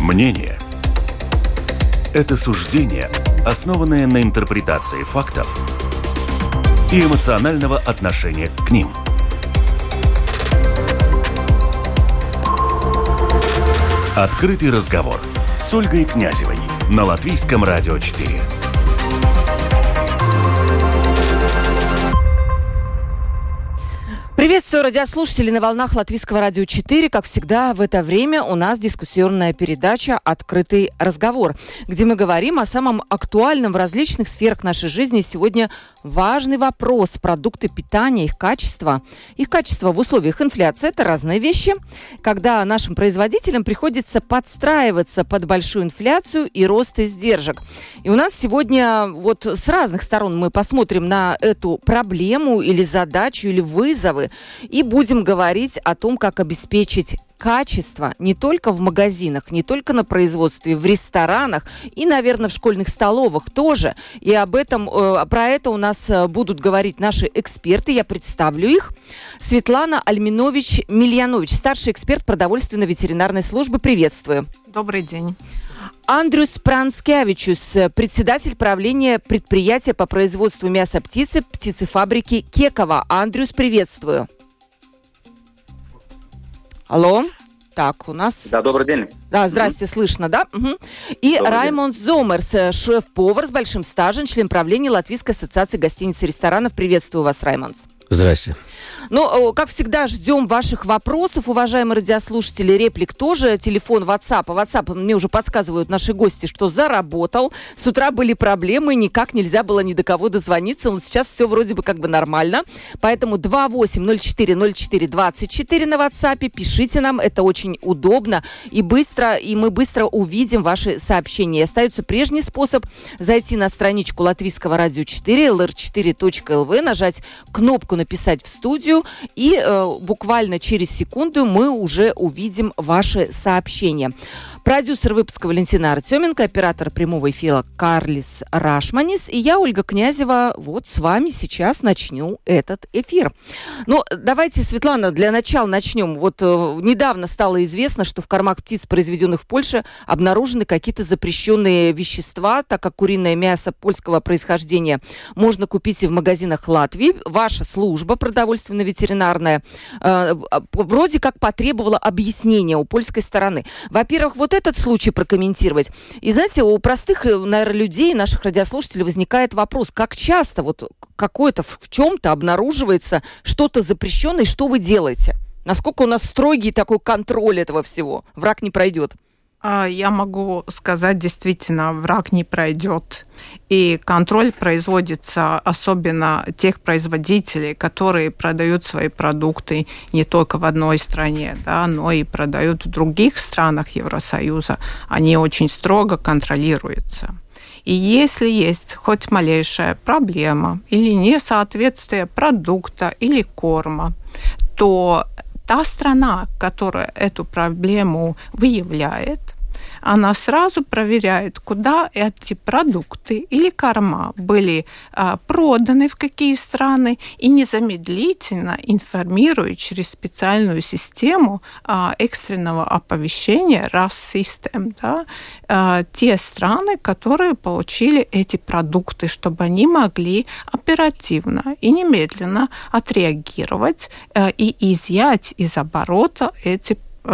Мнение – это суждение, основанное на интерпретации фактов и эмоционального отношения к ним. Открытый разговор с Ольгой Князевой на Латвийском радио 4. Приветствую радиослушателей на волнах Латвийского радио 4. Как всегда, в это время у нас дискуссионная передача «Открытый разговор», где мы говорим о самом актуальном в различных сферах нашей жизни. Сегодня важный вопрос – продукты питания, их качество. Их качество в условиях инфляции – это разные вещи, когда нашим производителям приходится подстраиваться под большую инфляцию и рост издержек. И у нас сегодня вот с разных сторон мы посмотрим на эту проблему или задачу, или вызовы, и будем говорить о том, как обеспечить качество не только в магазинах, не только на производстве, в ресторанах и, наверное, в школьных столовых тоже. И про это у нас будут говорить наши эксперты. Я представлю их. Светлана Альминович-Мильянович, старший эксперт продовольственно-ветеринарной службы. Приветствую. Добрый день. Андрюс Пранскевичус, председатель правления предприятия по производству мяса птицы птицефабрики Кекова. Андрюс, приветствую. Алло. Так, у нас... Да, добрый день. Да, здрасте, слышно, да? Угу. И добрый Раймонд день. Зомерс, шеф-повар с большим стажем, член правления Латвийской ассоциации гостиниц и ресторанов. Приветствую вас, Раймонд. Здрасте. Ну, как всегда, ждем ваших вопросов, уважаемые радиослушатели, реплик тоже. Телефон WhatsApp. WhatsApp, мне уже подсказывают наши гости, что заработал. С утра были проблемы, никак нельзя было ни до кого дозвониться. Но сейчас все вроде бы как бы нормально. Поэтому 28040424 на WhatsApp. Пишите нам, это очень удобно и быстро, и мы быстро увидим ваши сообщения. Остается прежний способ зайти на страничку Латвийского радио 4, lr4.lv, нажать кнопку «Написать в студию», и буквально через секунду мы уже увидим ваши сообщения. Продюсер выпуска Валентина Артеменко, оператор прямого эфира Карлис Рашманис, и я, Ольга Князева, вот с вами сейчас начну этот эфир. Ну, давайте, Светлана, для начала начнем. Вот недавно стало известно, что в кормах птиц, произведенных в Польше, обнаружены какие-то запрещенные вещества, так как куриное мясо польского происхождения можно купить и в магазинах Латвии. Ваша служба продовольственно-ветеринарная вроде как потребовала объяснения у польской стороны. Во-первых, вот этот случай прокомментировать. И знаете, у простых, наверное, людей, наших радиослушателей возникает вопрос, как часто вот какое-то в чем-то обнаруживается что-то запрещенное, и что вы делаете? Насколько у нас строгий такой контроль этого всего? Враг не пройдет. Я могу сказать, действительно, враг не пройдет. И контроль производится особенно тех производителей, которые продают свои продукты не только в одной стране, да, но и продают в других странах Евросоюза. Они очень строго контролируются. И если есть хоть малейшая проблема или несоответствие продукта или корма, то та страна, которая эту проблему выявляет, она сразу проверяет, куда эти продукты или корма были проданы, в какие страны, и незамедлительно информирует через специальную систему экстренного оповещения RAS-систем, да, те страны, которые получили эти продукты, чтобы они могли оперативно и немедленно отреагировать и изъять из оборота эти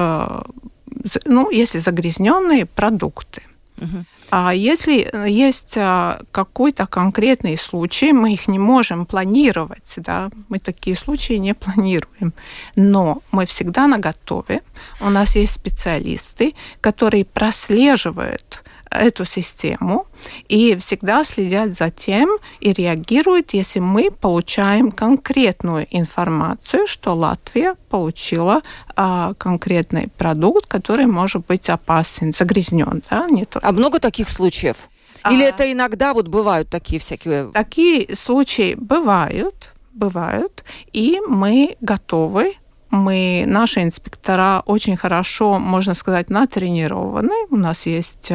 если загрязненные продукты. А если есть какой-то конкретный случай, мы их не можем планировать, да, мы такие случаи не планируем, но мы всегда наготове. У нас есть специалисты, которые прослеживают эту систему и всегда следят за тем и реагируют, если мы получаем конкретную информацию, что Латвия получила конкретный продукт, который может быть опасен, загрязнен. Да? А много таких случаев? Или это иногда вот бывают такие всякие? Такие случаи бывают, и мы готовы. Наши инспектора очень хорошо, можно сказать, натренированы. У нас есть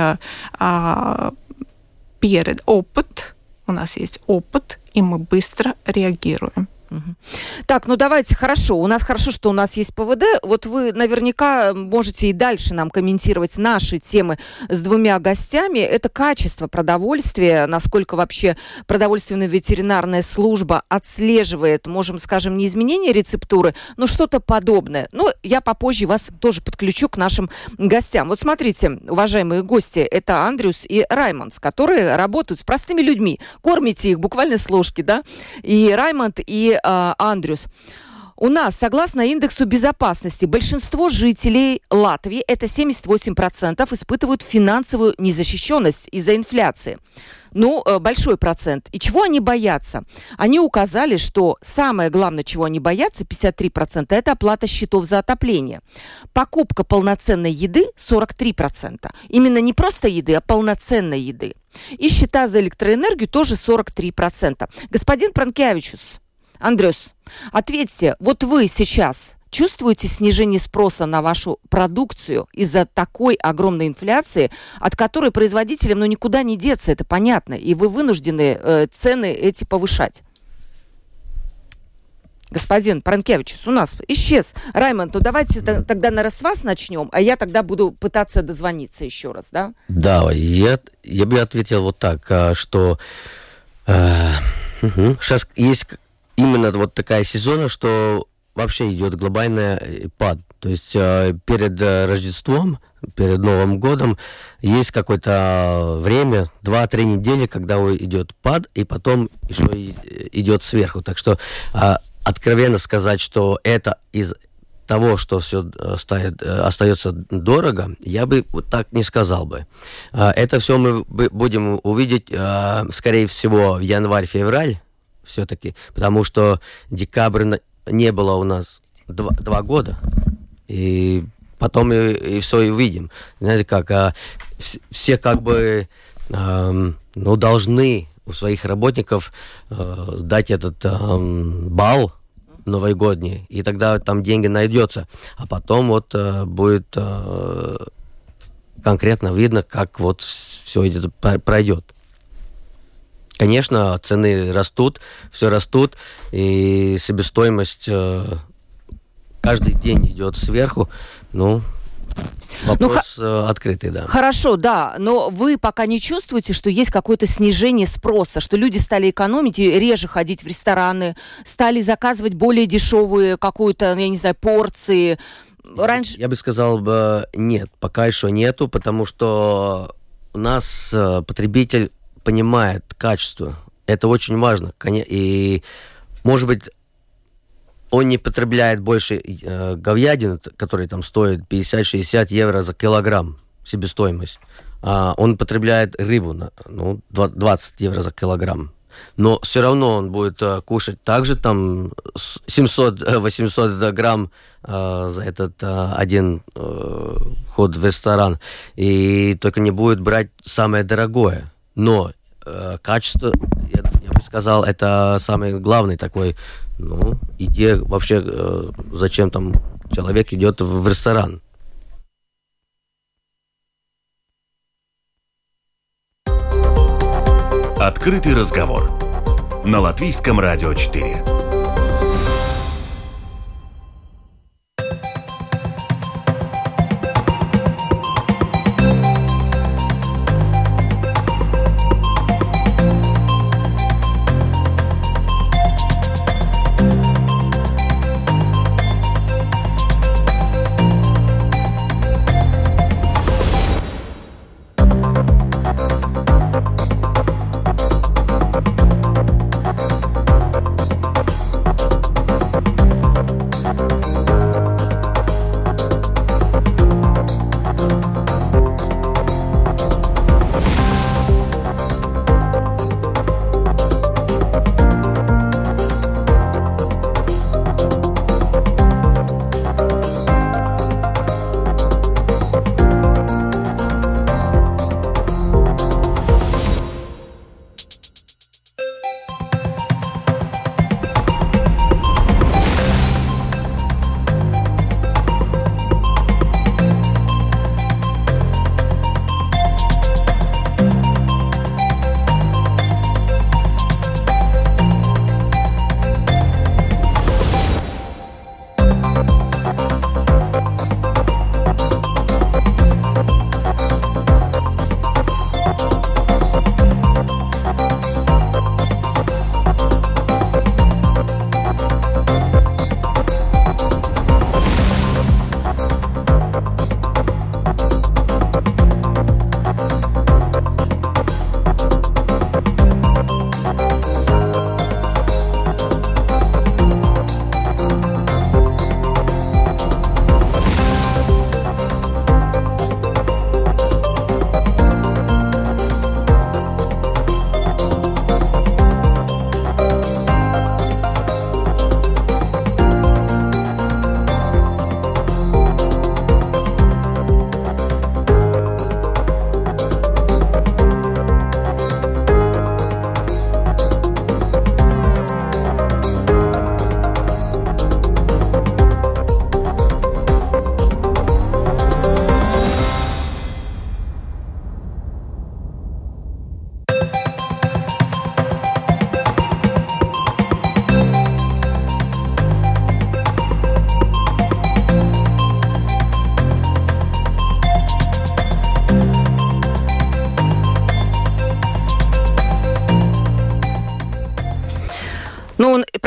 опыт, и мы быстро реагируем. Так, ну давайте, хорошо. У нас хорошо, что у нас есть ПВД. Вот вы наверняка можете и дальше нам комментировать наши темы с двумя гостями. Это качество продовольствия, насколько вообще продовольственная ветеринарная служба отслеживает, можем, скажем, не изменение рецептуры, но что-то подобное. Ну, я попозже вас тоже подключу к нашим гостям. Вот смотрите, уважаемые гости, это Андрюс и Раймондс, которые работают с простыми людьми. Кормите их буквально с ложки, да? И Раймонд, и Андрюс. У нас, согласно индексу безопасности, большинство жителей Латвии, это 78%, испытывают финансовую незащищенность из-за инфляции. Ну, большой процент. И чего они боятся? Они указали, что самое главное, чего они боятся, 53%, это оплата счетов за отопление. Покупка полноценной еды 43%. Именно не просто еды, а полноценной еды. И счета за электроэнергию тоже 43%. Господин Пранкевичус, Андрюс, ответьте, вот вы сейчас чувствуете снижение спроса на вашу продукцию из-за такой огромной инфляции, от которой производителям никуда не деться, это понятно, и вы вынуждены цены эти повышать? Господин Пранкевичус, у нас исчез. Раймонд, ну давайте тогда с вас начнем, а я тогда буду пытаться дозвониться еще раз, да? Да, я бы ответил вот так, что сейчас есть именно вот такая сезона, что вообще идет глобальный пад. То есть перед Рождеством, перед Новым годом есть какое-то время, 2-3 недели, когда идет пад, и потом еще идет сверху. Так что откровенно сказать, что это из того, что все остается дорого, я бы вот так не сказал бы. Это все мы будем увидеть, скорее всего, в январь-февраль все-таки, потому что декабрь не было у нас 2 года, и потом и все и увидим. Знаете как, все как бы должны у своих работников дать этот балл новогодний, и тогда там деньги найдется. А потом вот будет конкретно видно, как вот все это пройдет. Конечно, цены растут, все растут, и себестоимость каждый день идет сверху. Вопрос открытый, да. Хорошо, да, но вы пока не чувствуете, что есть какое-то снижение спроса, что люди стали экономить и реже ходить в рестораны, стали заказывать более дешевые какую-то, я не знаю, порции? Раньше... Я бы сказал, нет, пока еще нету, потому что у нас потребитель понимает качество. Это очень важно. И, может быть, он не потребляет больше говядины, которая там стоит 50-60 евро за килограмм себестоимость. Он потребляет рыбу, 20 евро за килограмм. Но все равно он будет кушать также там 700-800 грамм за этот один ход в ресторан. И только не будет брать самое дорогое. Но качество, я бы сказал, это самый главный такой, идея вообще, зачем там человек идет в ресторан. Открытый разговор на Латвийском радио 4.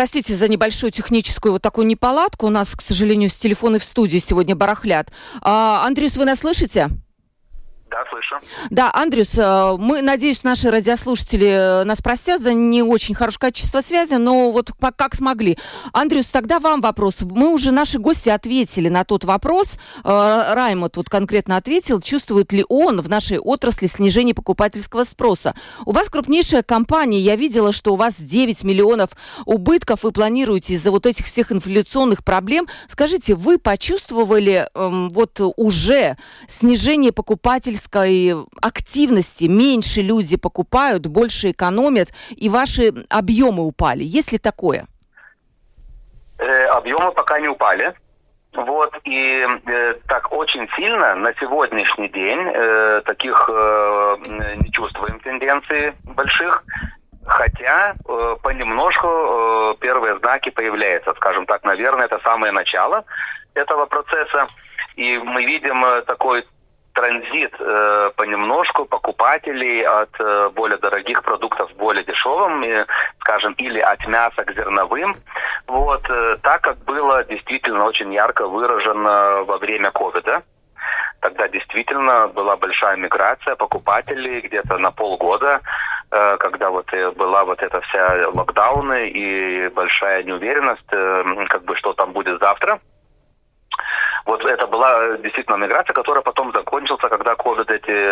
простите за небольшую техническую вот такую неполадку. У нас, к сожалению, с телефоны в студии сегодня барахлят. Андрюс, вы нас слышите? Да, слышу. Да, Андрюс, мы, надеюсь, наши радиослушатели нас простят за не очень хорошее качество связи, но вот как смогли. Андрюс, тогда вам вопрос. Мы уже, наши гости ответили на тот вопрос. Раймонд вот конкретно ответил, чувствует ли он в нашей отрасли снижение покупательского спроса. У вас крупнейшая компания, я видела, что у вас 9 миллионов убытков вы планируете из-за вот этих всех инфляционных проблем. Скажите, вы почувствовали вот уже снижение покупательского активности, меньше люди покупают, больше экономят, и ваши объемы упали. Есть ли такое? Объемы пока не упали. Вот, и так очень сильно на сегодняшний день таких не чувствуем тенденций больших, хотя понемножку первые знаки появляются. Скажем так, наверное, это самое начало этого процесса, и мы видим такой транзит понемножку покупателей от более дорогих продуктов к более дешевым, скажем, или от мяса к зерновым. Вот, так как было действительно очень ярко выражено во время ковида. Тогда действительно была большая миграция покупателей где-то на полгода, когда вот была вот эта вся локдауны и большая неуверенность, как бы что там будет завтра. Вот это была действительно миграция, которая потом закончилась, когда ковид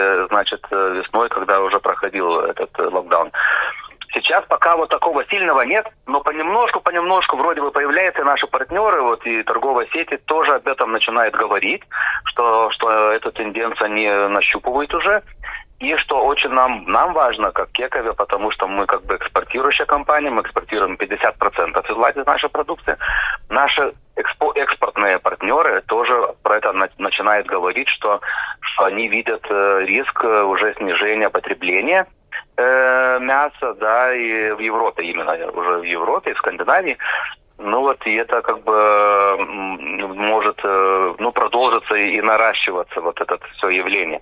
весной, когда уже проходил этот локдаун. Сейчас пока вот такого сильного нет, но понемножку вроде бы появляются и наши партнеры, вот и торговые сети тоже об этом начинают говорить, что эту тенденцию они нащупывают уже. И что очень нам важно, как Кекове, потому что мы как бы экспортирующая компания, мы экспортируем 50% из нашей продукции. Наши экспортные партнеры тоже про это начинают говорить, что они видят риск уже снижения потребления мяса, да, и в Европе именно, уже в Европе, в Скандинавии. Ну вот, и это как бы может продолжиться и наращиваться, вот это все явление.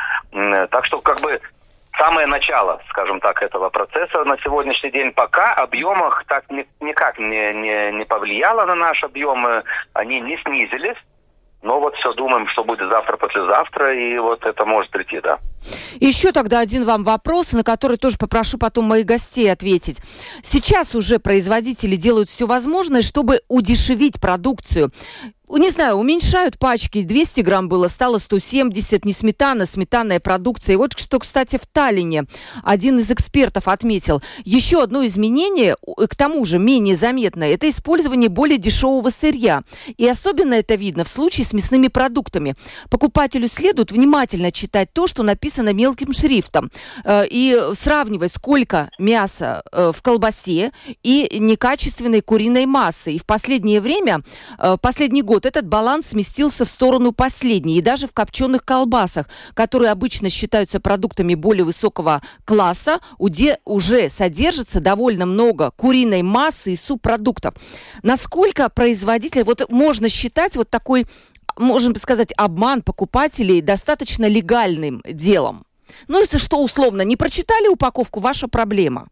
Так что как бы самое начало, скажем так, этого процесса на сегодняшний день пока объемах так никак не повлияло на наши объемы, они не снизились. Но вот все думаем, что будет завтра, послезавтра, и вот это может прийти, да. Еще тогда один вам вопрос, на который тоже попрошу потом моих гостей ответить. Сейчас уже производители делают все возможное, чтобы удешевить продукцию. Не знаю, уменьшают пачки, 200 грамм было, стало 170, не сметана, сметанная продукция. И вот что, кстати, в Таллине один из экспертов отметил. Еще одно изменение, к тому же менее заметное, это использование более дешевого сырья. И особенно это видно в случае с мясными продуктами. Покупателю следует внимательно читать то, что написано мелким шрифтом, и сравнивать, сколько мяса в колбасе и некачественной куриной массы. И в последнее время, последний год, этот баланс сместился в сторону последней. И даже в копченых колбасах, которые обычно считаются продуктами более высокого класса, где уже содержится довольно много куриной массы и субпродуктов. Насколько производитель, вот можно считать вот такой, можно сказать, обман покупателей достаточно легальным делом? Ну, если что, условно, не прочитали упаковку, ваша проблема.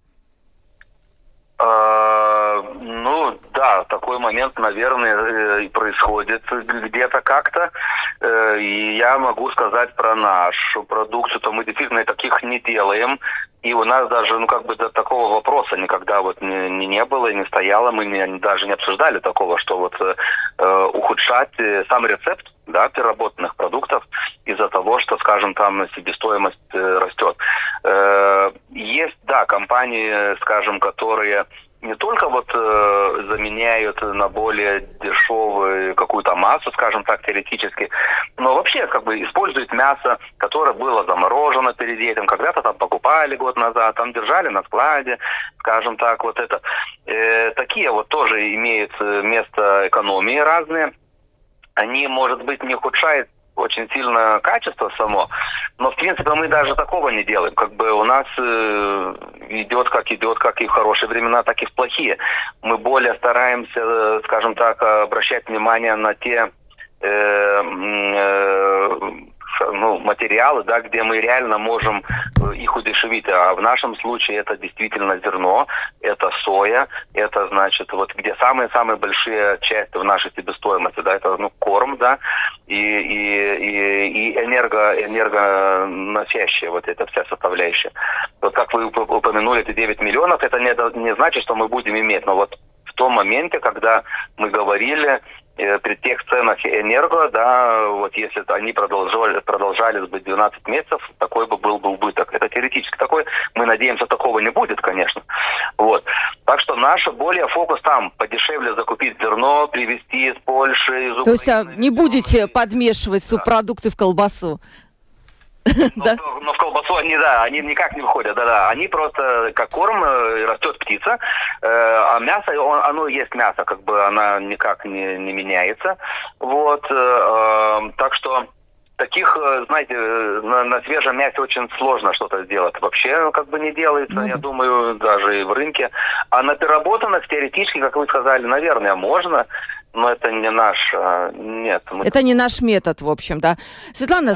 Ну, да, такой момент, наверное, и происходит где-то как-то. И я могу сказать про нашу продукцию, то мы действительно таких не делаем. И у нас даже, до такого вопроса никогда вот не было и не стояло. Мы даже не обсуждали такого, что вот ухудшать сам рецепт, да, переработанных продуктов из-за того, что, скажем, там себестоимость растет. Есть, да, компании, скажем, которые не только вот заменяют на более дешевую какую-то массу, скажем так, теоретически, но вообще как бы используют мясо, которое было заморожено перед этим, когда-то там покупали год назад, там держали на складе, скажем так, вот это. Такие вот тоже имеют место экономии разные. Они, может быть, не ухудшают очень сильно качество само, но в принципе мы даже такого не делаем. Как бы у нас идет как и в хорошие времена, так и в плохие. Мы более стараемся, скажем так, обращать внимание на те материалы, да, где мы реально можем их удешевить. удешевить. А в нашем случае это действительно зерно, это соя, это, значит, вот где самые-самые большие части в нашей себестоимости, да, это, корм, да, и энергоносящая вот эта вся составляющая. Вот как вы упомянули, эти 9 миллионов, это не значит, что мы будем иметь, но вот в том моменте, когда мы говорили при тех ценах энерго, да, вот если они продолжались бы 12 месяцев, такой бы был бы убыток. Это теоретически такой. Мы надеемся, такого не будет, конечно. Вот. Так что наш более фокус там, подешевле закупить зерно, привезти из Польши, из Украины. То есть не будете подмешивать субпродукты в колбасу? Но в колбасу они никак не входят, да. Они просто как корм, растет птица, а мясо, оно есть мясо, как бы она никак не меняется. Вот, так что таких, знаете, на свежем мясе очень сложно что-то сделать. Вообще как бы не делается, я думаю, даже и в рынке. А на переработанных теоретически, как вы сказали, наверное, можно. Но это не наш, нет. Это не наш метод, в общем, да. Светлана,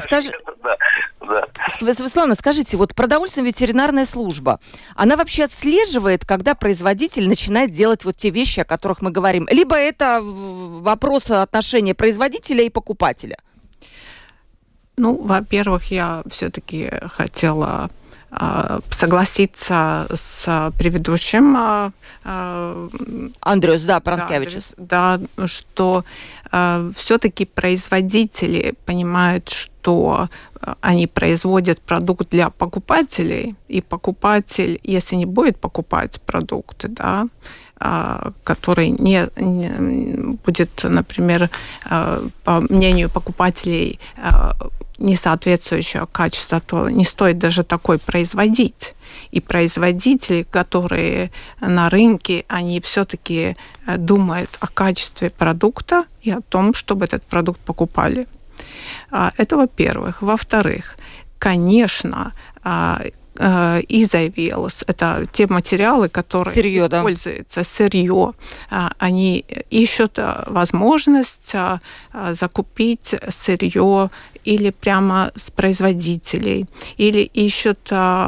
Светлана, скажите, вот продовольственная ветеринарная служба, она вообще отслеживает, когда производитель начинает делать вот те вещи, о которых мы говорим? Либо это вопрос отношения производителя и покупателя? Во-первых, я все-таки хотела согласиться с предыдущим Андреас, да, Пранскевичус. Да, что все-таки производители понимают, что они производят продукт для покупателей, и покупатель, если не будет покупать продукты, да, который не будет, например, по мнению покупателей, не соответствующего качества, то не стоит даже такой производить. И производители, которые на рынке, они все-таки думают о качестве продукта и о том, чтобы этот продукт покупали. Это во-первых. Во-вторых, конечно, изавелс, это те материалы, которые используются, сырье, они ищут возможность закупить сырье или прямо с производителей, или ищут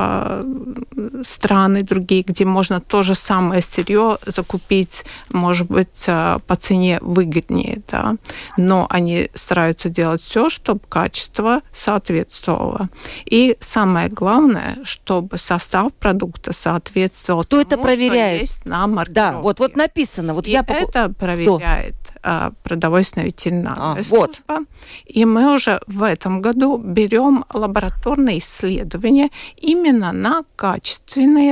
страны другие, где можно то же самое сырье закупить, может быть, по цене выгоднее, да? Но они стараются делать все, чтобы качество соответствовало. И самое главное, чтобы состав продукта соответствовал тому, это проверяет? Что есть на маркировке. Да, вот написано. Вот это проверяет продовольственная ветеринарная служба. И мы уже в этом году берем лабораторные исследования именно на качественные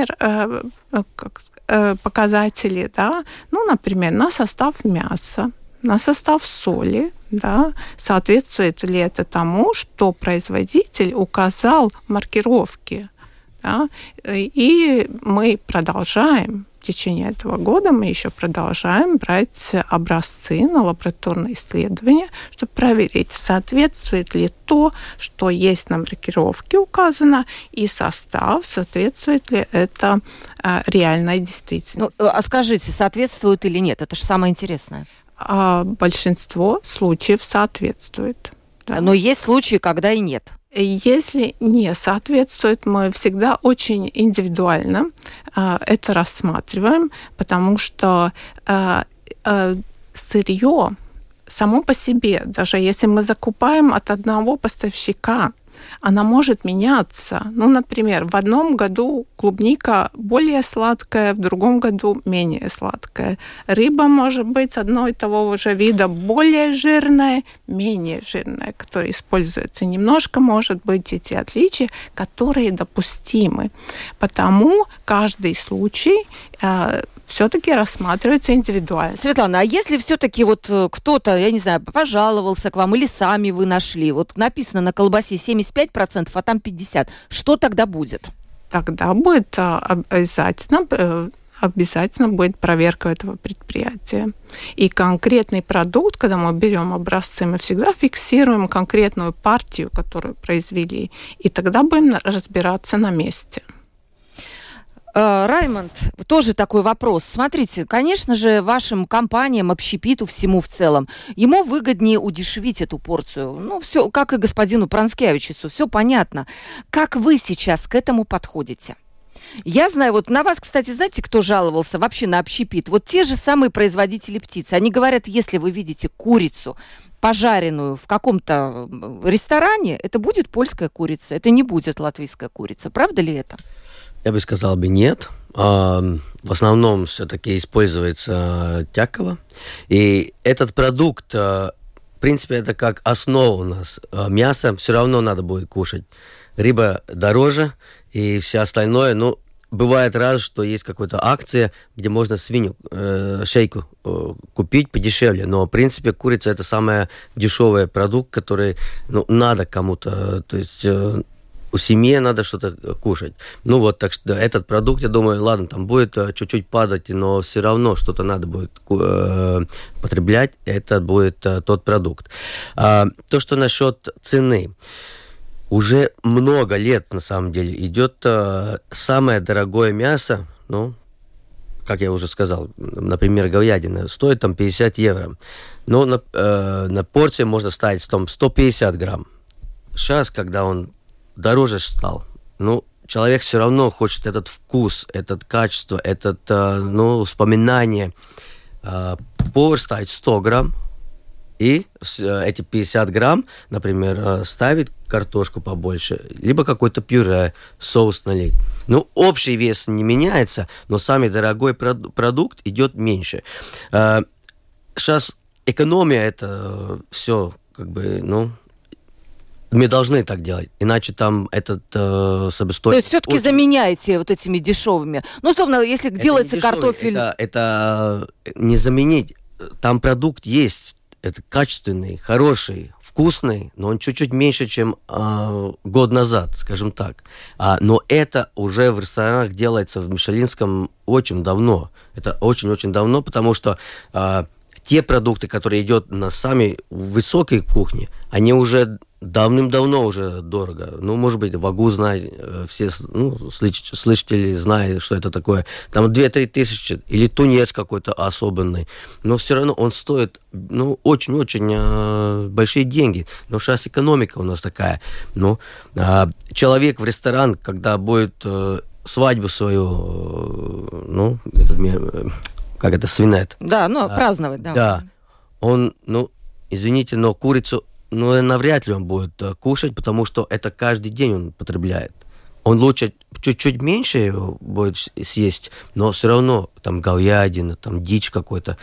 показатели, да? Например, на состав мяса, на состав соли, да? Соответствует ли это тому, что производитель указал в маркировке. Да? И мы продолжаем. В течение этого года мы еще продолжаем брать образцы на лабораторные исследования, чтобы проверить, соответствует ли то, что есть на маркировке указано, и состав, соответствует ли это реальной действительности. А скажите, соответствует или нет? Это же самое интересное. Большинство случаев соответствует. Да. Но есть случаи, когда и нет. Если не соответствует, мы всегда очень индивидуально это рассматриваем, потому что сырье само по себе, даже если мы закупаем от одного поставщика, она может меняться. Например, в одном году клубника более сладкая, в другом году менее сладкая. Рыба может быть одного и того же вида более жирная, менее жирная, которая используется. Немножко может быть эти отличия, которые допустимы. Потому каждый случай все-таки рассматривается индивидуально. Светлана, а если все-таки вот кто-то, я не знаю, пожаловался к вам или сами вы нашли, вот написано на колбасе 75%, а там 50%, что тогда будет? Тогда будет обязательно будет проверка этого предприятия. И конкретный продукт, когда мы берем образцы, мы всегда фиксируем конкретную партию, которую произвели, и тогда будем разбираться на месте. Раймонд, тоже такой вопрос. Смотрите, конечно же, вашим компаниям, общепиту, всему в целом, ему выгоднее удешевить эту порцию. Ну, все, как и господину Пранскевичусу, все понятно. Как вы сейчас к этому подходите? Я знаю, вот на вас, кстати, знаете, кто жаловался вообще на общепит? Вот те же самые производители птицы. Они говорят, если вы видите курицу, пожаренную в каком-то ресторане, это будет польская курица, это не будет латвийская курица. Правда ли это? Я бы сказал нет. В основном все-таки используется тяково. И этот продукт, в принципе, это как основа у нас. Мясо все равно надо будет кушать. Рыба дороже и все остальное. Ну, бывает раз, что есть какая-то акция, где можно свинью, шейку купить подешевле. Но, в принципе, курица – это самый дешевый продукт, который надо кому-то. То есть у семьи надо что-то кушать. Ну вот, так что этот продукт, я думаю, ладно, там будет чуть-чуть падать, но все равно что-то надо будет потреблять, это будет тот продукт. То, что насчет цены. Уже много лет, на самом деле, идет самое дорогое мясо, ну, как я уже сказал, например, говядина, стоит там 50 евро. Но на порции можно ставить там 150 грамм. Сейчас, когда он дороже стал, ну, человек все равно хочет этот вкус, это качество, это, вспоминание. Повар ставит 100 грамм, и эти 50 грамм, например, ставит картошку побольше, либо какой-то пюре, соус налить. Ну, общий вес не меняется, но самый дорогой продукт идет меньше. Сейчас экономия, это все, как бы, мы должны так делать, иначе там этот себестоимость... То есть все-таки заменяете вот этими дешевыми. Ну, условно, если это делается картофель... Это не заменить. Там продукт есть. Это качественный, хороший, вкусный, но он чуть-чуть меньше, чем год назад, скажем так. Но это уже в ресторанах делается в Мишелинском очень давно. Это очень-очень давно, потому что те продукты, которые идут на самой высокой кухне, они уже давным-давно уже дорого. Ну, может быть, вагу знают, все слышатели знают, что это такое. Там 2-3 тысячи, или тунец какой-то особенный. Но все равно он стоит, очень-очень большие деньги. Но сейчас экономика у нас такая. Человек в ресторан, когда будет свадьбу свою, как это, свинет. Да, праздновать, да. Да. Он, извините, но курицу, навряд ли он будет кушать, потому что это каждый день он потребляет. Он лучше чуть-чуть меньше его будет съесть, но все равно там говядина, там дичь какой-то.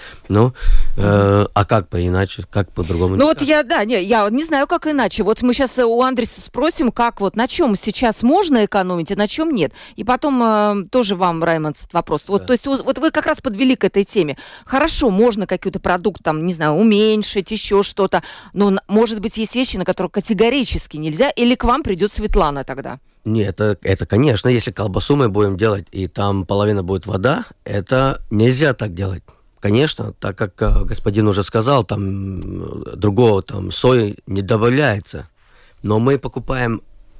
А как по-иначе, как по-другому? Я не знаю, как иначе. Вот мы сейчас у Андреса спросим, как на чем сейчас можно экономить, а на чем нет. И потом тоже вам, Раймонд, вопрос. Да. То есть вы как раз подвели к этой теме. Хорошо, можно какой-то продукт там, не знаю, уменьшить, еще что-то, но, может быть, есть вещи, на которые категорически нельзя, или к вам придет Светлана тогда? Нет, это конечно, если колбасу мы будем делать, и там половина будет вода, это нельзя так делать. Конечно, так как господин уже сказал, там другого там сои не добавляется. Но мы покупаем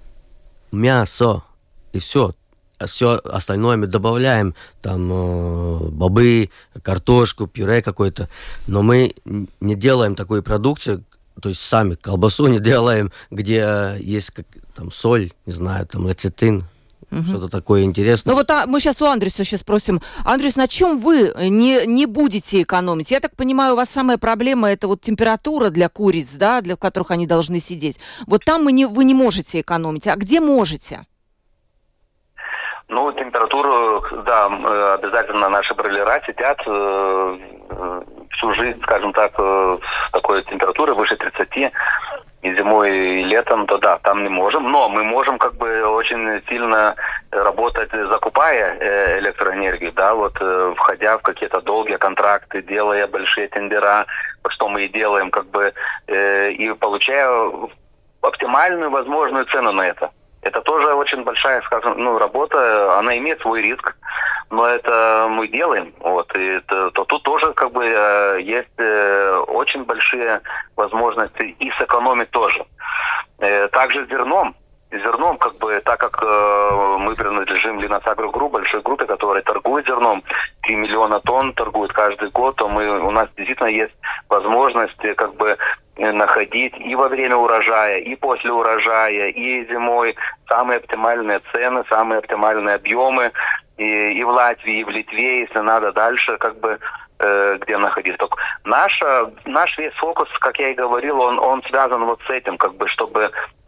мясо, и все остальное мы добавляем, там бобы, картошку, пюре какое-то. Но мы не делаем такую продукцию, то есть сами колбасу не делаем, где есть там соль, не знаю, там лецитин, что-то такое интересное. Мы сейчас у Андреса спросим. Андрес, на чем вы не будете экономить? Я так понимаю, у вас самая проблема это температура для куриц, да, для которых они должны сидеть. Вот там вы не можете экономить. А где можете? Температуру, да, обязательно наши бройлера сидят всю жизнь, скажем так, в такой температуре выше 30, и зимой, и летом, то да, там не можем. Но мы можем очень сильно работать, закупая электроэнергию, да, входя в какие-то долгие контракты, делая большие тендера, что мы и делаем, и получая оптимальную возможную цену на это. Это тоже очень большая, скажем, работа, она имеет свой риск, но это мы делаем, и то тут тоже есть очень большие возможности и сэкономить тоже. Также с зерном. зерном, как бы, так как мы принадлежим Линосагро Групп, большой группе, которая торгует зерном, 3 миллиона тонн торгует каждый год, то у нас действительно есть возможность как бы находить и во время урожая, и после урожая, и зимой самые оптимальные цены, самые оптимальные объемы и в Латвии, и в Литве, если надо дальше, как бы, где находиться. Только наш весь фокус, как я и говорил, он связан вот с этим, как бы, чтобы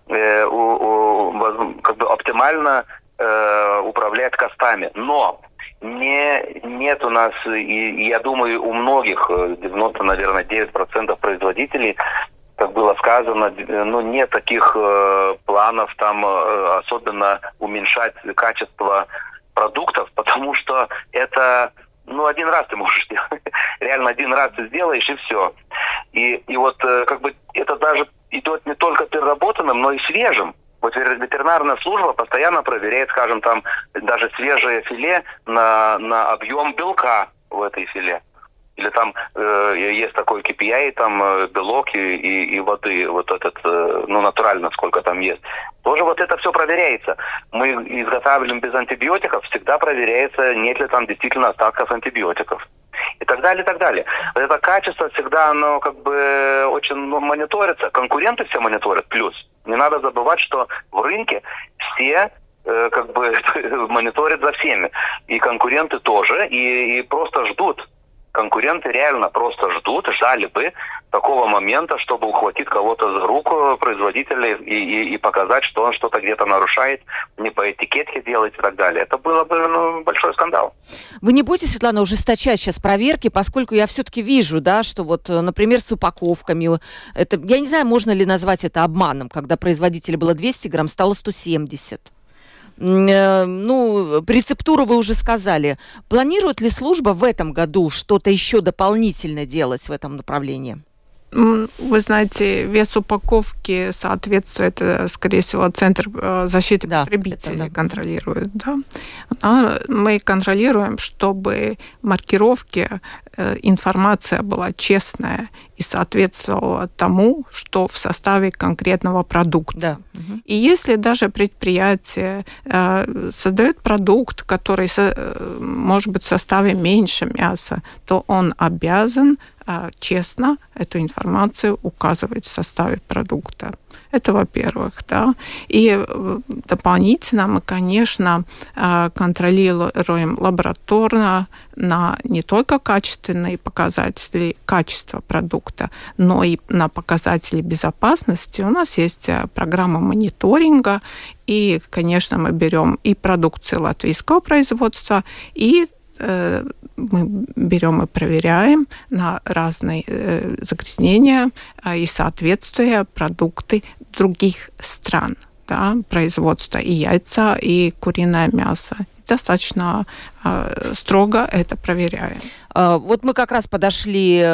как бы оптимально управлять костами. Но нет у нас, и я думаю, у многих, 90, наверное, 9% производителей, как было сказано, нет таких планов там особенно уменьшать качество продуктов, потому что это, один раз ты можешь делать. Реально один раз ты сделаешь, и все. И вот как бы это даже идет не только переработанным, но и свежим. Вот ветеринарная служба постоянно проверяет, скажем, там даже свежее филе на объем белка в этой филе. Или там есть такой KPI, там белок и воды, вот этот, натурально, сколько там есть. Тоже вот это все проверяется. Мы изготавливаем без антибиотиков, всегда проверяется, нет ли там действительно остатков антибиотиков. И так далее, и так далее. Вот это качество всегда, оно как бы очень мониторится. Конкуренты все мониторят, плюс. Не надо забывать, что в рынке все как бы мониторят за всеми. И конкуренты тоже, и просто ждут. Конкуренты реально просто ждали бы такого момента, чтобы ухватить кого-то за руку производителя и показать, что он что-то где-то нарушает, не по этикетке делает и так далее. Это было бы большой скандал. Вы не будете, Светлана, ужесточать сейчас проверки, поскольку я все-таки вижу, да, что вот, например, с упаковками, это, я не знаю, можно ли назвать это обманом, когда производителя было 200 грамм, стало 170. Рецептуру вы уже сказали. Планирует ли служба в этом году что-то еще дополнительно делать в этом направлении? Вы знаете, вес упаковки соответствует, скорее всего, Центр защиты потребителей контролирует. Да? А мы контролируем, чтобы маркировки, информация была честная и соответствовала тому, что в составе конкретного продукта. Да. И если даже предприятие создает продукт, который может быть в составе меньше мяса, то он обязан честно эту информацию указывать в составе продукта. Это во-первых, да. И дополнительно мы, конечно, контролируем лабораторно на не только качественные показатели качества продукта, но и на показатели безопасности. У нас есть программа мониторинга, и, конечно, мы берем и продукцию латвийского производства, и мы берем и проверяем на разные загрязнения и соответствия продукты других стран, да, производства и яйца, и куриное мясо. Достаточно строго это проверяем. Вот мы как раз подошли...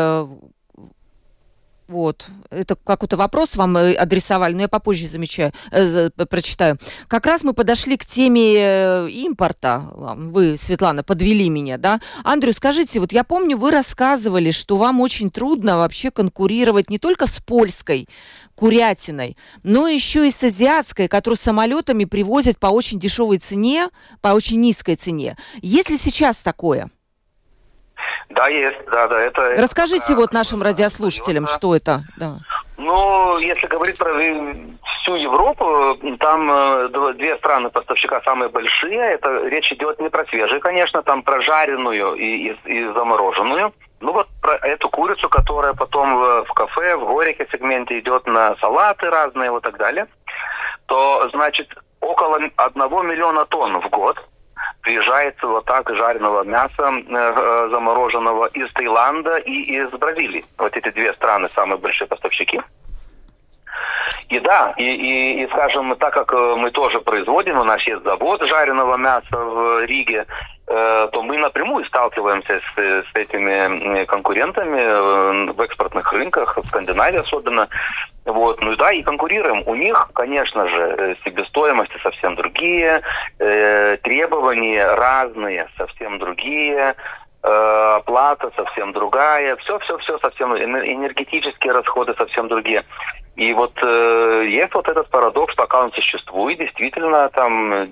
Вот, это какой-то вопрос вам адресовали, но я попозже прочитаю. Как раз мы подошли к теме импорта. Вы, Светлана, подвели меня, да? Андрей, скажите, вот я помню, вы рассказывали, что вам очень трудно вообще конкурировать не только с польской курятиной, но еще и с азиатской, которую самолетами привозят по очень дешевой цене, по очень низкой цене. Есть ли сейчас такое? Да, есть, да. Расскажите вот нашим радиослушателям, что это. Да. Если говорить про всю Европу, там две страны поставщика самые большие. Это речь идет не про свежие, конечно, там про жареную и замороженную. Про эту курицу, которая потом в кафе, в горике сегменте идет на салаты разные, вот так далее, то, значит, около 1 миллиона тонн в год приезжает вот так жареного мяса замороженного из Таиланда и из Бразилии. Вот эти две страны самые большие поставщики. И да, и скажем, так как мы тоже производим, у нас есть завод жареного мяса в Риге, то мы напрямую сталкиваемся с этими конкурентами в экспортных рынках, в Скандинавии особенно. И конкурируем. У них, конечно же, себестоимости совсем другие, требования разные, совсем другие, оплата совсем другая, все совсем, энергетические расходы совсем другие. И вот есть вот этот парадокс, пока он существует, действительно там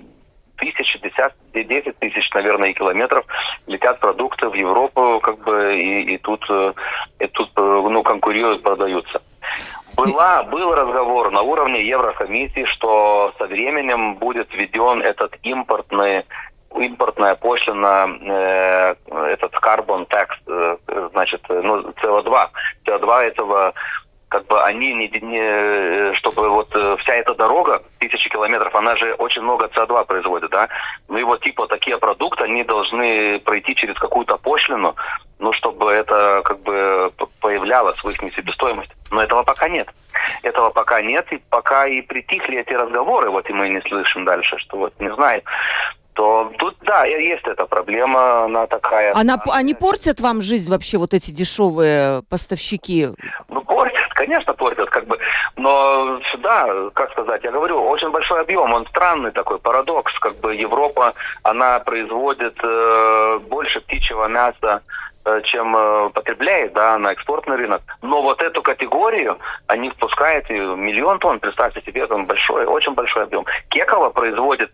10 тысяч, наверное, километров летят продукты в Европу, как бы, и тут конкурируют, продаются. Был разговор на уровне Еврокомиссии, что со временем будет введен этот импортная пошлина, этот carbon tax, значит, CO2. CO2 этого, как бы они чтобы вот вся эта дорога, 1000 километров, она же очень много СО2 производит, да? Ну и вот типа такие продукты, они должны пройти через какую-то пошлину, чтобы это как бы появлялось в их себестоимости. Но этого пока нет. И пока и притихли эти разговоры, вот и мы не слышим дальше, что вот не знаю, то тут, да, есть эта проблема, она такая. Они портят вам жизнь вообще, вот эти дешевые поставщики? Портят, конечно, портят, как бы, но сюда, как сказать, я говорю, очень большой объем, он странный такой парадокс, как бы Европа, она производит больше птичьего мяса, чем потребляет, да, на экспортный рынок. Но вот эту категорию они впускают 1 миллион тонн, представьте себе, там большой, очень большой объем. Кекова производит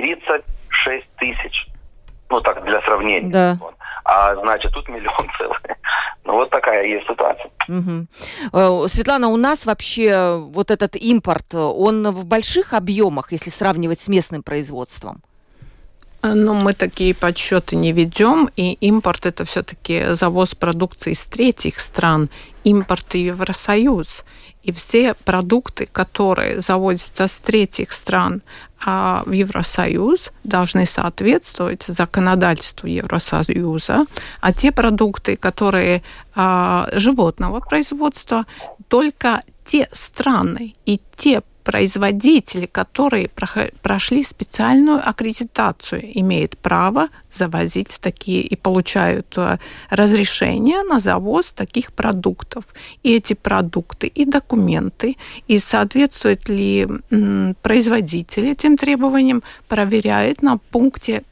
36 тысяч. Так, для сравнения. Да. А значит, тут 1 миллион целый. Вот такая есть ситуация. Угу. Светлана, у нас вообще вот этот импорт, он в больших объемах, если сравнивать с местным производством? Мы такие подсчеты не ведем, и импорт – это все-таки завоз продукции из третьих стран, импорт и Евросоюз. И все продукты, которые завозятся с третьих стран в Евросоюз, должны соответствовать законодательству Евросоюза, а те продукты, которые животного производства, только те страны и те производители, которые прошли специальную аккредитацию, имеют право завозить такие и получают разрешение на завоз таких продуктов. И эти продукты и документы, и соответствуют ли производители этим требованиям, проверяют на пункте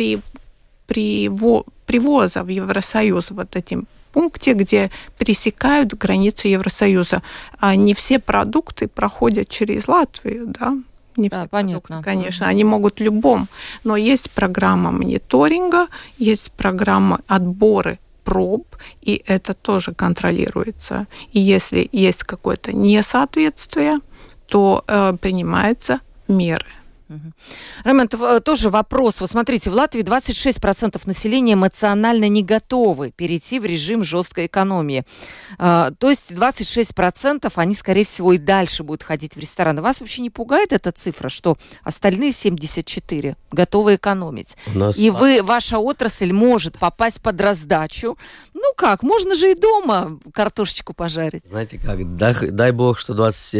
привоза в Евросоюз вот этим пункте, где пересекают границу Евросоюза. Не все продукты проходят через Латвию, да? Не все продукты, конечно. Они могут в любом. Но есть программа мониторинга, есть программа отбора проб, и это тоже контролируется. И если есть какое-то несоответствие, то принимаются меры. Роман, тоже вопрос. Вот смотрите, в Латвии 26% населения эмоционально не готовы перейти в режим жесткой экономии. То есть 26% они, скорее всего, и дальше будут ходить в рестораны. Вас вообще не пугает эта цифра, что остальные 74% готовы экономить? Ваша отрасль может попасть под раздачу. Можно же и дома картошечку пожарить. Знаете как, дай бог, что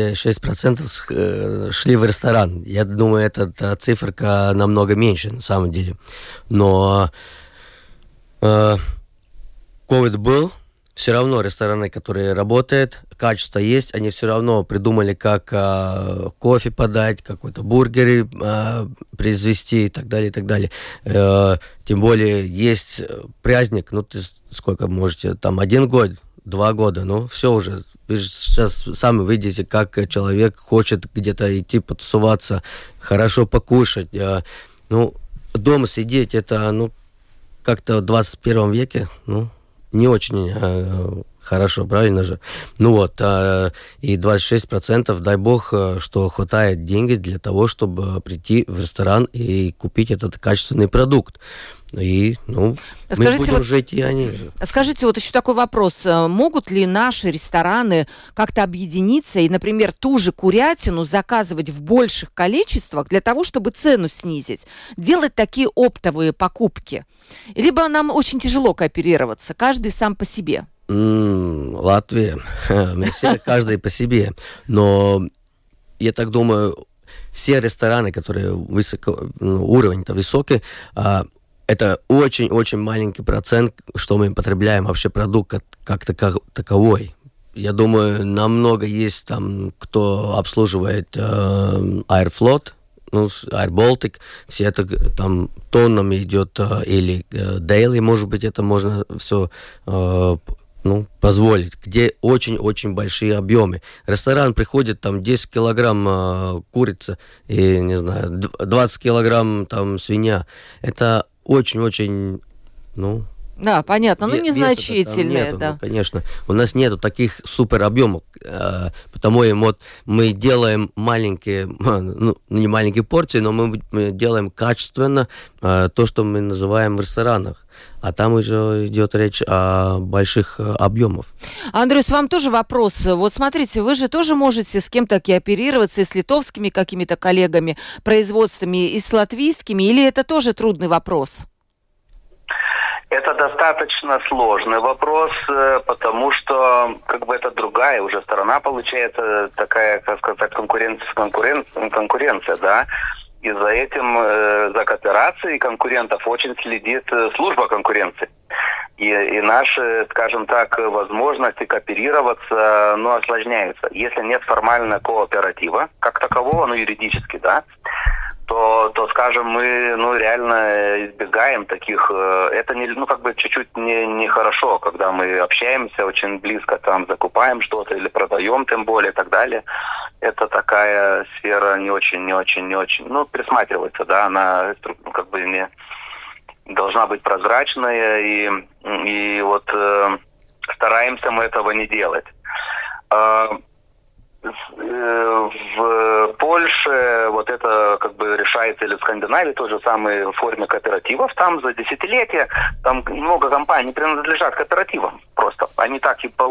26% шли в ресторан. Я думаю, эта циферка намного меньше, на самом деле. Но COVID был, все равно рестораны, которые работают, качество есть, они все равно придумали, как кофе подать, какой-то бургеры произвести и так далее, и так далее. Тем более есть праздник, сколько можете, 1 год, 2 года, все уже. Вы же сейчас сами видите, как человек хочет где-то идти потусоваться, хорошо покушать. Дома сидеть, это, как-то в 21 веке, не очень хорошо, правильно же? И 26%, дай бог, что хватает денег для того, чтобы прийти в ресторан и купить этот качественный продукт. И, мы будем жить, и они же. Скажите, еще такой вопрос. Могут ли наши рестораны как-то объединиться и, например, ту же курятину заказывать в больших количествах для того, чтобы цену снизить? Делать такие оптовые покупки? Либо нам очень тяжело кооперироваться, каждый сам по себе? Латвия. Мы все, каждый по себе. Но я так думаю, все рестораны, которые уровень-то высокий, это очень-очень маленький процент, что мы потребляем вообще продукт как таковой. Я думаю, намного есть там, кто обслуживает Аэрофлот, Air Baltic, все это там тоннами идет, или Daily, может быть, это можно все позволить, где очень-очень большие объемы. Ресторан приходит, там 10 килограмм курицы и, 20 килограмм там свинья. Это очень-очень, Да, понятно, незначительное, нету, да. Конечно, у нас нету таких супер объемов, потому что мы делаем маленькие, не маленькие порции, но мы делаем качественно то, что мы называем в ресторанах. А там уже идет речь о больших объемах. Андрюс, вам тоже вопрос. Вот смотрите, вы же тоже можете с кем-то кооперироваться, и с литовскими какими-то коллегами, производствами, и с латвийскими, или это тоже трудный вопрос? Это достаточно сложный вопрос, потому что это другая уже сторона получается, такая, как сказать, конкуренция, да. И за этим, за кооперацией конкурентов очень следит служба конкуренции. И наши, скажем так, возможности кооперироваться, осложняются. Если нет формального кооператива, как такового, юридически, да, то, скажем, мы, реально избегаем таких. Это чуть-чуть нехорошо, когда мы общаемся очень близко, там, закупаем что-то или продаем, тем более, и так далее. Это такая сфера не очень, присматривается, да, она, не должна быть прозрачная, и вот стараемся мы этого не делать. В Польше вот это решается, или в Скандинавии той же самой форме кооперативов, там за десятилетия, там много компаний принадлежат кооперативам просто. Они так и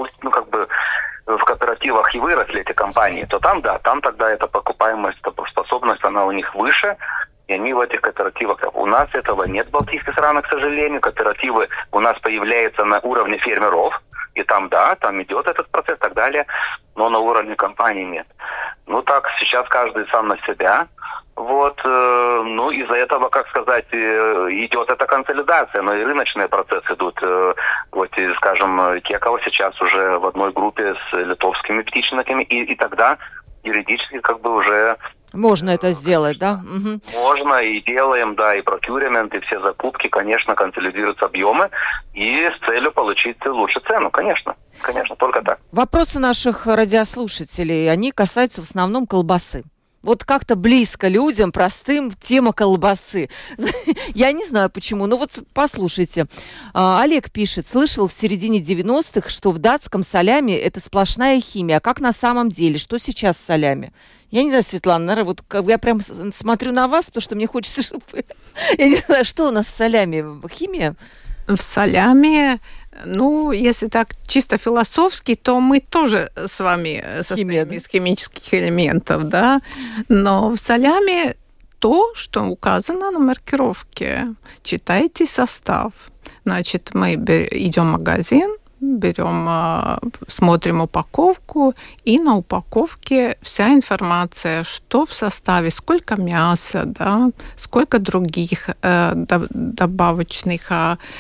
в кооперативах и выросли, эти компании, то там, да, там тогда эта покупаемость, способность, она у них выше, и они в этих кооперативах. У нас этого нет в балтийских странах, к сожалению. Кооперативы у нас появляются на уровне фермеров, и там, да, там идет этот процесс и так далее, но на уровне компании нет. Так, сейчас каждый сам на себя. Из-за этого, идет эта консолидация, но и рыночные процессы идут. Скажем, Кекова сейчас уже в одной группе с литовскими птичниками, и тогда юридически уже... Можно это сделать, да? Угу. Можно, и делаем, да, и procurement, и все закупки, конечно, консолидируются объемы, и с целью получить лучшую цену, конечно, только так. Вопросы наших радиослушателей, они касаются в основном колбасы. Вот как-то близко людям, простым, тема колбасы. Я не знаю почему, но послушайте. Олег пишет, слышал в середине 90-х, что в датском салями это сплошная химия. А как на самом деле? Что сейчас с салями? Я не знаю, Светлана, я прям смотрю на вас, потому что мне хочется, чтобы... Я не знаю, что у нас с салями? Химия? В салями... если так чисто философски, то мы тоже с вами состоим из химических элементов, да. Но в салями то, что указано на маркировке. Читайте состав. Значит, мы идем в магазин, смотрим упаковку, и на упаковке вся информация, что в составе, сколько мяса, да, сколько других добавочных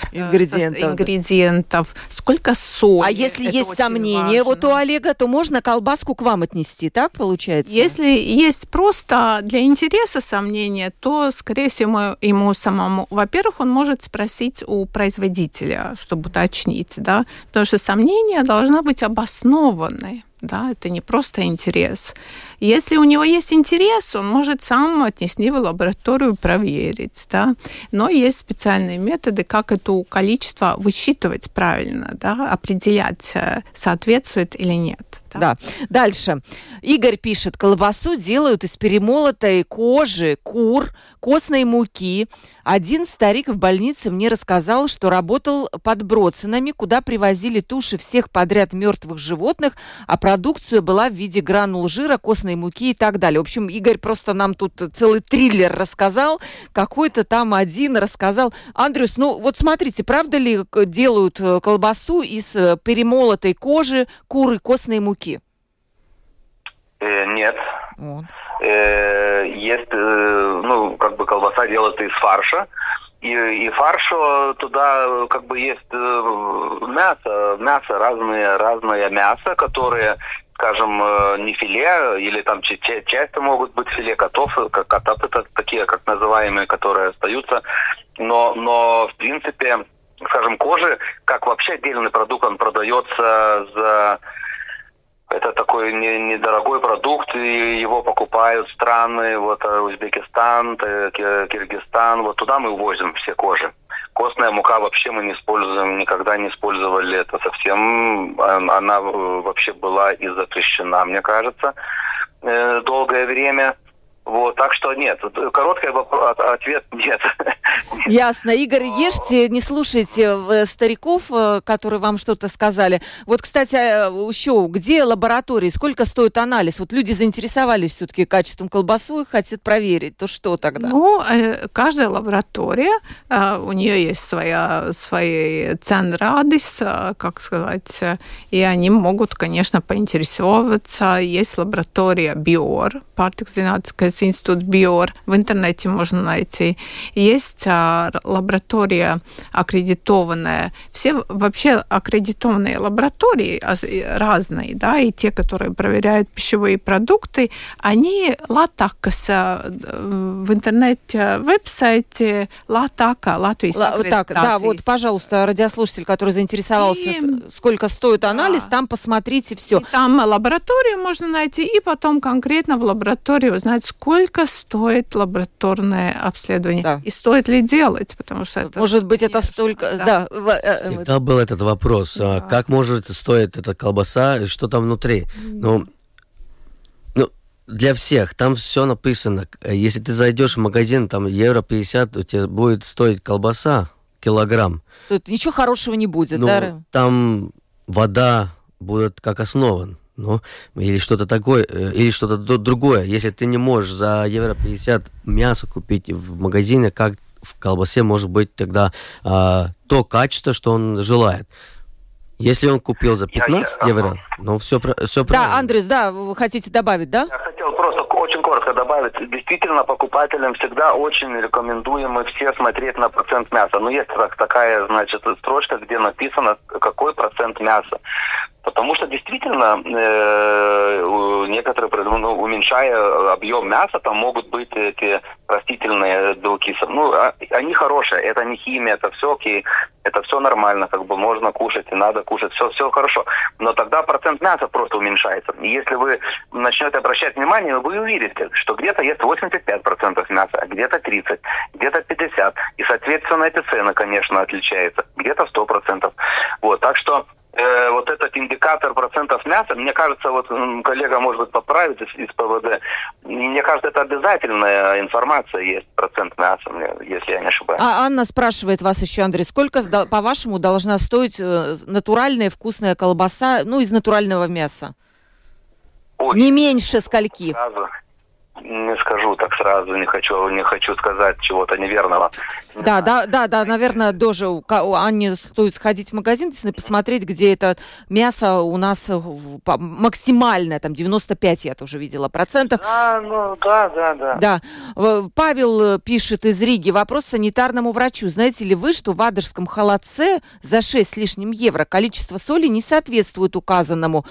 ингредиентов, сколько соли. А если есть сомнения у Олега, то можно колбаску к вам отнести, так получается? Если есть просто для интереса сомнения, то, скорее всего, ему самому, во-первых, он может спросить у производителя, чтобы уточнить, да, потому что сомнения должны быть обоснованные. Да, это не просто интерес. Если у него есть интерес, он может сам отнести в лабораторию, проверить. Да? Но есть специальные методы, как это количество высчитывать правильно, да? Определять, соответствует или нет. Да. Дальше. Игорь пишет, колбасу делают из перемолотой кожи кур, костной муки. Один старик в больнице мне рассказал, что работал под Бродценами, куда привозили туши всех подряд мертвых животных, а продукция была в виде гранул жира, костной муки и так далее. В общем, Игорь просто нам тут целый триллер рассказал, какой-то там один рассказал. Андрюс, смотрите, правда ли делают колбасу из перемолотой кожи, куры, костной муки? Нет. Есть, колбаса делается из фарша, и фаршу туда есть мясо, разное мясо, которое, скажем, не филе, или там части могут быть филе котов это такие, как называемые, которые остаются, но в принципе скажем, кожи, как вообще отдельный продукт, он продается за... Это такой недорогой продукт, и его покупают страны, вот Узбекистан, Киргизстан, вот туда мы увозим все кожи. Костная мука вообще мы не используем, никогда не использовали это совсем. Она вообще была и запрещена, мне кажется, долгое время. Вот, так что нет, короткий ответ нет. Ясно. Игорь, ешьте, не слушайте стариков, которые вам что-то сказали. Вот, кстати, еще, где лаборатории, сколько стоит анализ? Вот люди заинтересовались все-таки качеством колбасы и хотят проверить, то что тогда? Ну, каждая лаборатория, у нее есть свои ценрадис, как сказать, и они могут, конечно, поинтересоваться. Есть лаборатория БИОР, Pārtiks институт БИОР, в интернете можно найти. Есть лаборатория аккредитованная. Все вообще аккредитованные лаборатории разные, да, и те, которые проверяют пищевые продукты, они латакас в интернете, веб-сайте латака, латвийская аккредитация. Да, вот, пожалуйста, радиослушатель, который заинтересовался, сколько стоит анализ, там посмотрите все. И там лабораторию можно найти, и потом конкретно в лаборатории узнать, сколько стоит лабораторное обследование. Да. И стоит ли делать, потому что это... Может быть, это столько... Да. Всегда был этот вопрос. Да. Как может стоить эта колбаса, и что там внутри? Ну, для всех. Там все написано. Если ты зайдешь в магазин, там евро 50, у тебя будет стоить колбаса килограмм. Тут ничего хорошего не будет, да? Там вода будет как основа. Ну, или что-то такое, или что-то другое. Если ты не можешь за евро 50 мясо купить в магазине, как в колбасе может быть тогда то качество, что он желает. Если он купил за 15 евро, ну, все правильно. Да, Андрюс, да, вы хотите добавить, да? Я хотел просто очень коротко добавить. Действительно, покупателям всегда очень рекомендуем мы все смотреть на процент мяса. Но есть такая, значит, строчка, где написано, какой процент мяса. Потому что действительно некоторые, уменьшая объем мяса, там могут быть эти растительные белки. Ну, они хорошие, это не химия, это все окей, это все нормально, как бы можно кушать и надо кушать, все хорошо. Но тогда процент мяса просто уменьшается. И если вы начнете обращать внимание, вы увидите, что где-то есть 85% мяса, а где-то 30%, где-то 50%. И, соответственно, эти цены, конечно, отличаются. Где-то 100%. Вот, так что вот этот индикатор процентов мяса, мне кажется, вот коллега может быть поправит из ПВД, мне кажется, это обязательная информация есть, процент мяса, если я не ошибаюсь. А Анна спрашивает вас еще, Андрей, сколько, по-вашему, должна стоить натуральная вкусная колбаса, ну, из натурального мяса? Ой, не меньше скольки? Сразу не скажу так сразу, не хочу сказать чего-то неверного. Да, наверное, тоже Анне стоит сходить в магазин и посмотреть, где это мясо у нас максимальное, там 95, я тоже видела, процентов. Да. Павел пишет из Риги, вопрос санитарному врачу. Знаете ли вы, что в Адерском холодце за 6 с лишним евро количество соли не соответствует указанному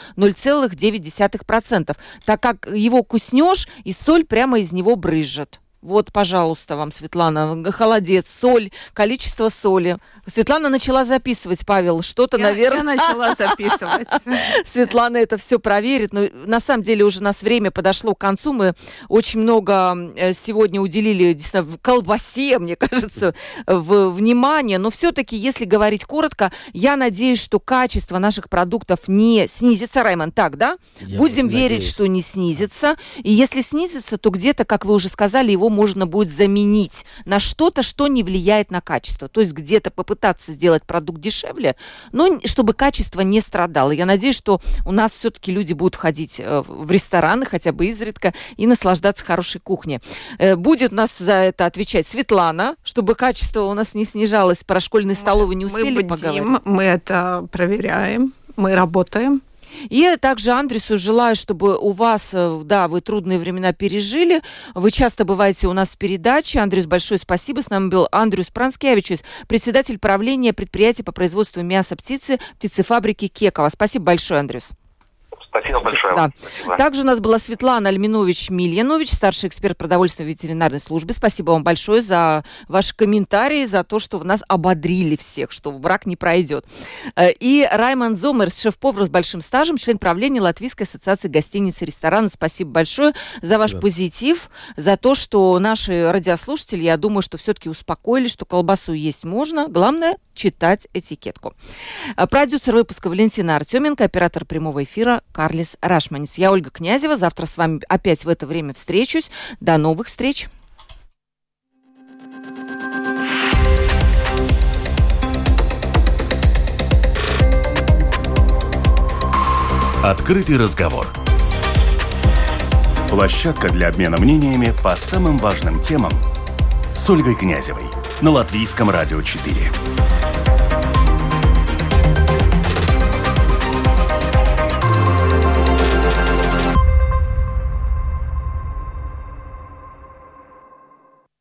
0,9%, так как его куснешь и соль прямо из него брызжет. Вот, пожалуйста, вам, Светлана, холодец, соль, количество соли. Светлана начала записывать, Павел, что-то, наверное... Я начала записывать. Светлана это все проверит. Но на самом деле уже у нас время подошло к концу. Мы очень много сегодня уделили действительно в колбасе, мне кажется, внимания. Но все-таки, если говорить коротко, я надеюсь, что качество наших продуктов не снизится. Раймонд, так, да? Будем верить, что не снизится. И если снизится, то где-то, как вы уже сказали, его можно будет заменить на что-то, что не влияет на качество. То есть где-то попытаться сделать продукт дешевле, но чтобы качество не страдало. Я надеюсь, что у нас все-таки люди будут ходить в рестораны хотя бы изредка и наслаждаться хорошей кухней. Будет у нас за это отвечать Светлана, чтобы качество у нас не снижалось. Про школьные столовые не успели поговорить. Мы это проверяем, мы работаем. И также Андрюсу желаю, чтобы у вас, да, вы трудные времена пережили. Вы часто бываете у нас в передаче. Андрюс, большое спасибо. С нами был Андрюс Пранскевичус, председатель правления предприятия по производству мяса птицы птицефабрики Кекова. Спасибо большое, Андрюс. Спасибо большое. Да. Спасибо. Также у нас была Светлана Альминович-Мильянович, старший эксперт продовольственной ветеринарной службы. Спасибо вам большое за ваши комментарии, за то, что вы нас ободрили всех, что враг не пройдет. И Раймонд Зомер, шеф-повар с большим стажем, член правления Латвийской ассоциации гостиниц и ресторанов. Спасибо большое за ваш позитив, за то, что наши радиослушатели, я думаю, что все-таки успокоились, что колбасу есть можно. Главное – читать этикетку. Продюсер выпуска Валентина Артеменко, оператор прямого эфира Карлис Рашманис. Я Ольга Князева. Завтра с вами опять в это время встречусь. До новых встреч. Открытый разговор. Площадка для обмена мнениями по самым важным темам с Ольгой Князевой на Латвийском радио 4.